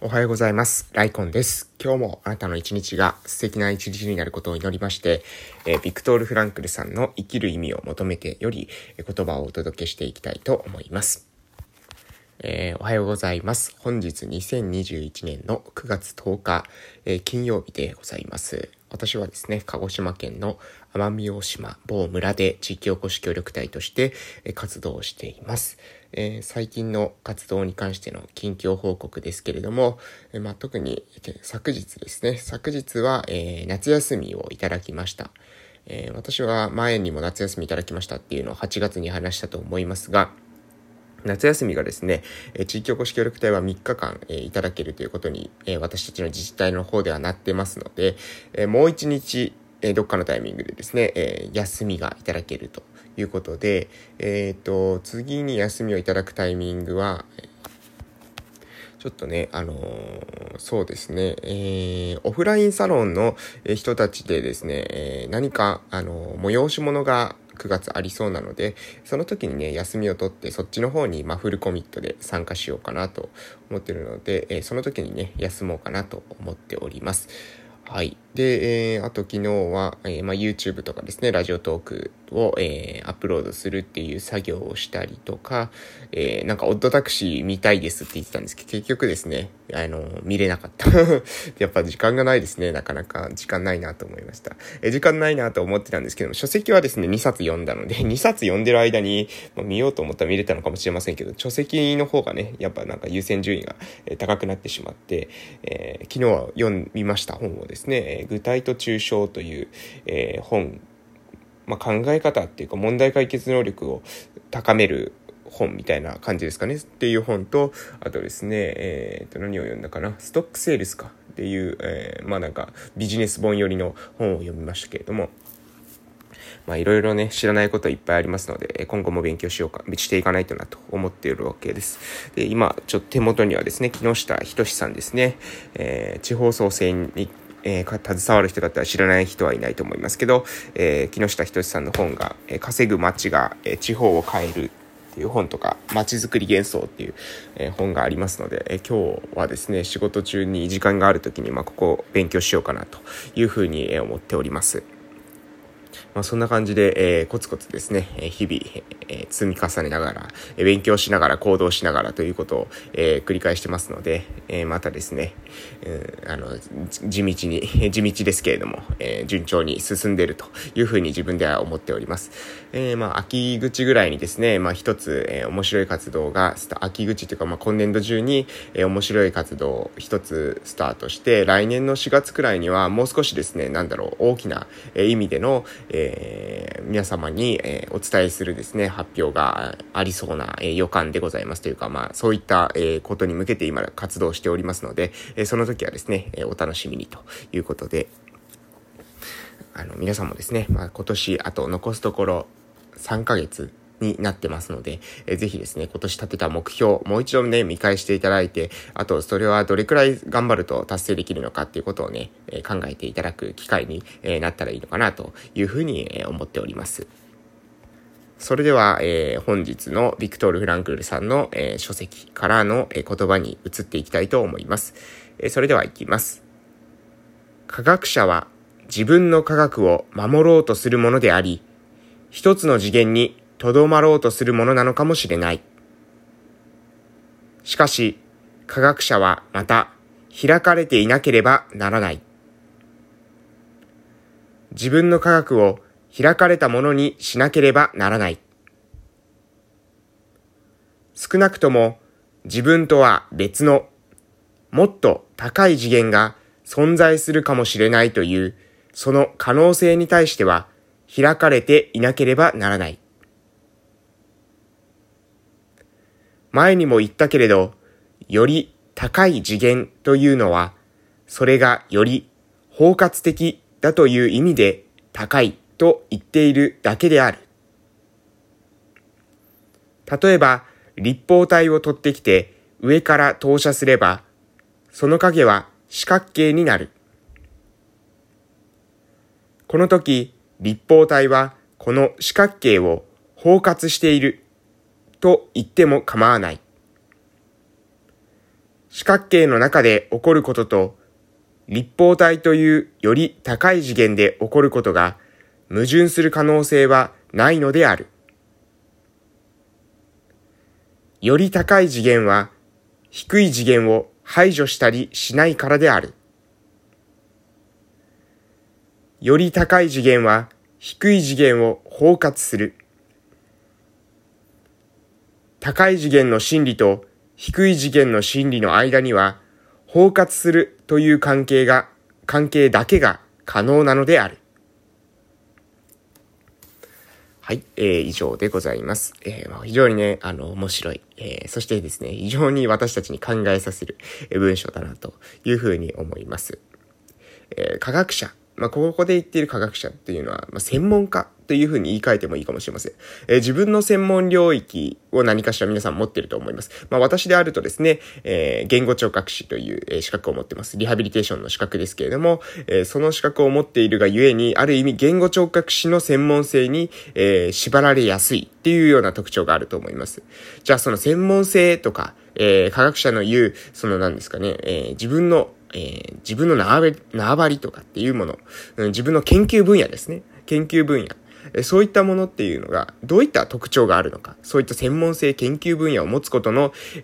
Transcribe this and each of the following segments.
おはようございます。ライコンです。今日もあなたの一日が素敵な一日になることを祈りまして、ビクトール・フランクルさんの生きる意味を求めてより言葉をお届けしていきたいと思います。おはようございます。本日2021年の9月10日、金曜日でございます。私はですね、鹿児島県の奄美大島某村で地域おこし協力隊として活動をしています。最近の活動に関しての近況報告ですけれども、特に昨日ですね、昨日は、夏休みをいただきました。私は前にも夏休みいただきましたっていうのを8月に話したと思いますが、夏休みがですね、地域おこし協力隊は3日間、いただけるということに、私たちの自治体の方ではなってますので、もう1日、どっかのタイミングでですね、休みがいただけるということで、次に休みをいただくタイミングは、ちょっとね、そうですね、オフラインサロンの人たちでですね、何か、催し物が9月ありそうなので、その時にね、休みを取って、そっちの方に、フルコミットで参加しようかなと思っているので、その時にね、休もうかなと思っております。はい。で、あと昨日は、YouTube とかですね、ラジオトークを、アップロードするっていう作業をしたりとか、なんかオッドタクシー見たいですって言ってたんですけど、結局ですね、見れなかった。やっぱ時間がないですね。なかなか時間ないなと思いました。時間ないなと思ってたんですけども、書籍はですね、2冊読んだので、2冊読んでる間に、見ようと思ったら見れたのかもしれませんけど、書籍の方がね、やっぱなんか優先順位が高くなってしまって、昨日は読みました本をですね、具体と抽象という、本、考え方っていうか問題解決能力を高める本みたいな感じですかねっていう本と、あとですね、何を読んだかな、ストックセールスかっていう、なんかビジネス本寄りの本を読みましたけれども、いろいろね、知らないこといっぱいありますので、今後も勉強していかないとなと思っているわけです。で、今、ちょっと手元にはですね、木下仁さんですね、地方創生に携わる人だったら知らない人はいないと思いますけど、木下仁さんの本が、稼ぐ街が、地方を変えるっていう本とか、街づくり幻想っていう、本がありますので、今日はですね、仕事中に時間があるときに、ここを勉強しようかなというふうに、思っております。そんな感じで、コツコツですね、日々、積み重ねながら、勉強しながら行動しながらということを、繰り返してますので、またですね、地道ですけれども、順調に進んでいるというふうに自分では思っております。秋口ぐらいにですね、一つ、面白い活動が、秋口というか、今年度中に、面白い活動を一つスタートして、来年の4月くらいにはもう少しですね、大きな、意味での、皆様に、お伝えするですね、発表がありそうな、予感でございますというか、そういった、ことに向けて今活動しておりますので、その時はですね、お楽しみにということで、皆さんもですね、今年あと残すところ3ヶ月になってますので、ぜひですね、今年立てた目標、もう一度ね、見返していただいて、あと、それはどれくらい頑張ると達成できるのかっていうことをね、考えていただく機会になったらいいのかなというふうに思っております。それでは、本日のビクトール・フランクルさんの、書籍からの、言葉に移っていきたいと思います。それではいきます。科学者は自分の科学を守ろうとするものであり、一つの次元にとどまろうとするものなのかもしれない。しかし、科学者はまた開かれていなければならない。自分の科学を開かれたものにしなければならない。少なくとも自分とは別のもっと高い次元が存在するかもしれないというその可能性に対しては開かれていなければならない。前にも言ったけれど、より高い次元というのは、それがより包括的だという意味で高いと言っているだけである。例えば、立方体を取ってきて上から投射すれば、その影は四角形になる。この時、立方体はこの四角形を包括していると言っても構わない。 四角形の中で起こることと、立方体というより高い次元で起こることが矛盾する可能性はないのである。より高い次元は低い次元を排除したりしないからである。より高い次元は低い次元を包括する。高い次元の真理と低い次元の真理の間には包括するという関係だけが可能なのである。はい、以上でございます。非常にね、面白い、そしてですね、非常に私たちに考えさせる文章だなというふうに思います。科学者、ここで言っている科学者っていうのは、専門家というふうに言い換えてもいいかもしれません。自分の専門領域を何かしら皆さん持っていると思います。私であるとですね、言語聴覚士という資格を持っています。リハビリテーションの資格ですけれども、その資格を持っているがゆえに、ある意味言語聴覚士の専門性に、縛られやすいっていうような特徴があると思います。じゃあその専門性とか、科学者の言う、何ですかね、自分の縄張りとかっていうもの、自分の研究分野ですね。研究分野。そういったものっていうのが、どういった特徴があるのか。そういった専門性研究分野を持つこと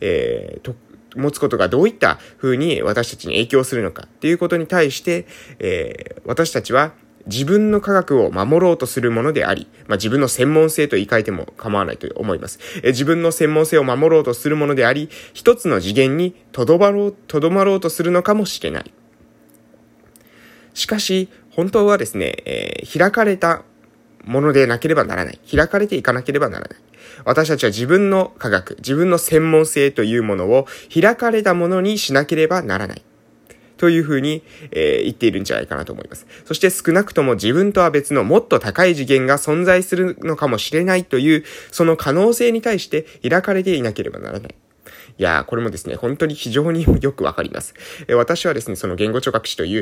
がどういった風に私たちに影響するのかっていうことに対して、私たちは自分の科学を守ろうとするものであり、自分の専門性と言い換えても構わないと思います。自分の専門性を守ろうとするものであり、一つの次元にとどまろうとするのかもしれない。しかし、本当はですね、開かれたものでなければならない。開かれていかなければならない。私たちは自分の科学、自分の専門性というものを開かれたものにしなければならない。というふうに、言っているんじゃないかなと思います。そして少なくとも自分とは別のもっと高い次元が存在するのかもしれないという、その可能性に対して開かれていなければならない。いやー、これもですね、本当に非常によくわかります。私はですね、その言語聴覚士という、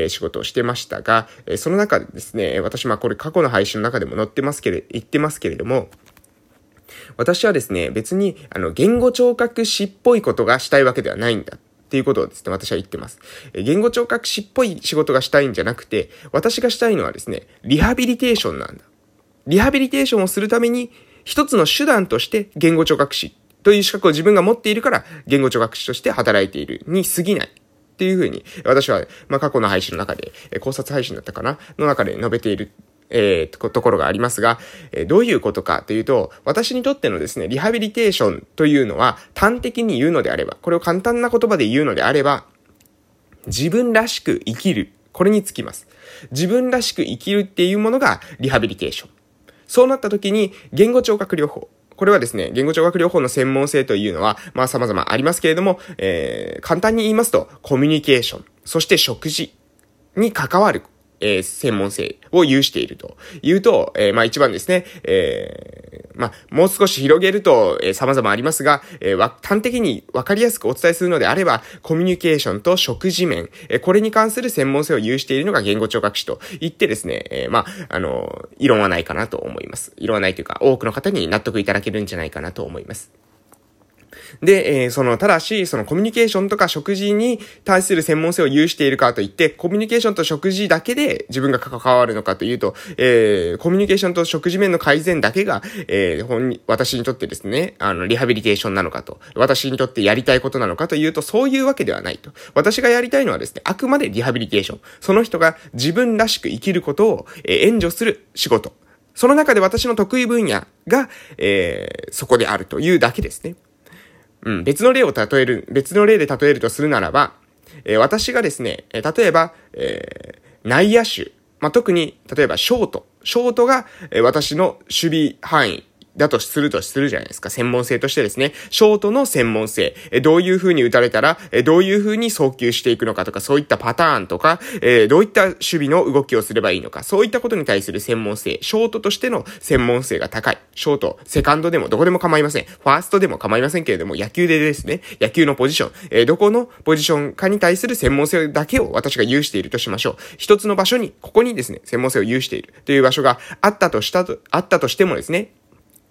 仕事をしてましたが、その中でですね、私これ過去の配信の中でも言ってますけれども、私はですね、別に言語聴覚士っぽいことがしたいわけではないんだ。っていうことをですね、私は言ってます。言語聴覚士っぽい仕事がしたいんじゃなくて、私がしたいのはですね、リハビリテーションなんだ。リハビリテーションをするために、一つの手段として言語聴覚士という資格を自分が持っているから、言語聴覚士として働いているに過ぎない。っていうふうに、私は、過去の配信の中で、考察配信だったかなの中で述べている。ところがありますが、どういうことかというと、私にとってのですね、リハビリテーションというのは、端的に言うのであれば、これを簡単な言葉で言うのであれば、自分らしく生きる。これにつきます。自分らしく生きるっていうものがリハビリテーション。そうなった時に、言語聴覚療法。これはですね、言語聴覚療法の専門性というのは、様々ありますけれども、簡単に言いますと、コミュニケーション、そして食事に関わる。専門性を有しているというと、一番ですね、もう少し広げると、様々ありますが、端的に分かりやすくお伝えするのであれば、コミュニケーションと食事面、これに関する専門性を有しているのが言語聴覚士と言ってですね、異論はないかなと思います。異論はないというか、多くの方に納得いただけるんじゃないかなと思います。で、ただし、そのコミュニケーションとか食事に対する専門性を有しているかといって、コミュニケーションと食事だけで自分が関わるのかというと、コミュニケーションと食事面の改善だけが、私にとってですね、リハビリテーションなのかと、私にとってやりたいことなのかというと、そういうわけではないと。私がやりたいのはですね、あくまでリハビリテーション。その人が自分らしく生きることを、援助する仕事。その中で私の得意分野が、そこであるというだけですね。別の例で例えるとするならば、私がですね、例えば、内野手、特に、例えばショートが、私の守備範囲だとするじゃないですか。専門性としてですね、ショートの専門性、どういう風に打たれたら、どういう風に送球していくのかとか、そういったパターンとか、どういった守備の動きをすればいいのか、そういったことに対する専門性、ショートとしての専門性が高い。ショート、セカンドでもどこでも構いません。ファーストでも構いませんけれども、野球でですね、野球のポジション、どこのポジションかに対する専門性だけを私が有しているとしましょう。一つの場所に、ここにですね、専門性を有しているという場所があったとしてもですね、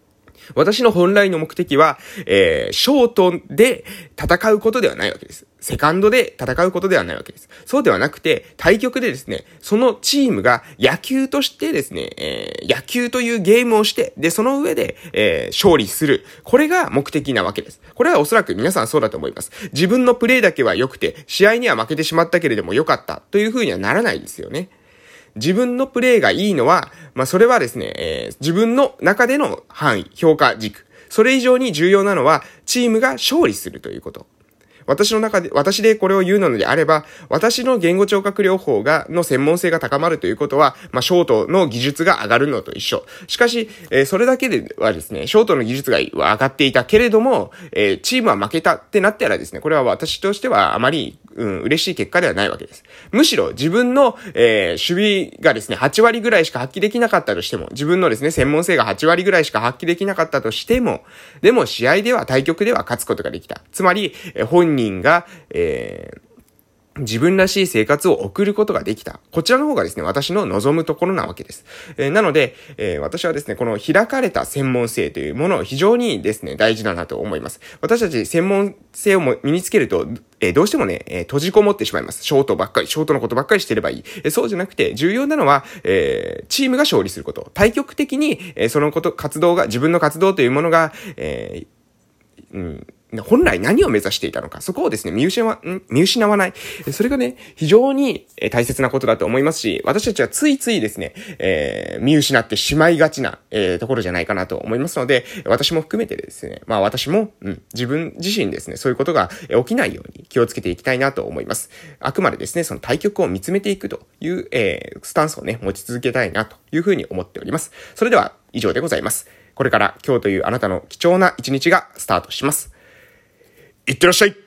私の本来の目的は、ショートで戦うことではないわけです。セカンドで戦うことではないわけです。そうではなくて、対局でですね、そのチームが野球としてですね、野球というゲームをして、で、その上で、勝利する。これが目的なわけです。これはおそらく皆さんそうだと思います。自分のプレーだけは良くて、試合には負けてしまったけれども良かったという風にはならないですよね。自分のプレーがいいのは、それはですね、自分の中での範囲、評価軸。それ以上に重要なのは、チームが勝利するということ。私でこれを言うのであれば、私の言語聴覚療法の専門性が高まるということは、ショートの技術が上がるのと一緒。しかし、それだけではですね、ショートの技術が上がっていたけれども、チームは負けたってなったらですね、これは私としてはあまり、嬉しい結果ではないわけです。むしろ自分の、守備がですね、8割ぐらいしか発揮できなかったとしても、自分のですね、専門性が8割ぐらいしか発揮できなかったとしても、でも試合では対局では勝つことができた。つまり、本人が、自分らしい生活を送ることができた。こちらの方がですね、私の望むところなわけです。なので、私はですね、この開かれた専門性というものを非常にですね、大事だなと思います。私たち専門性を身につけると、どうしてもね、閉じこもってしまいます。ショートのことばっかりしてればいい。そうじゃなくて、重要なのは、チームが勝利すること。対極的に、自分の活動というものが、本来何を目指していたのか、そこをですね、見失わない。それがね、非常に大切なことだと思いますし、私たちはついついですね、見失ってしまいがちな、ところじゃないかなと思いますので、私も含めてですね、私も、自分自身ですね、そういうことが起きないように気をつけていきたいなと思います。あくまでですね、その対局を見つめていくという、スタンスをね、持ち続けたいなというふうに思っております。それでは以上でございます。これから今日というあなたの貴重な一日がスタートします。いってらっしゃい。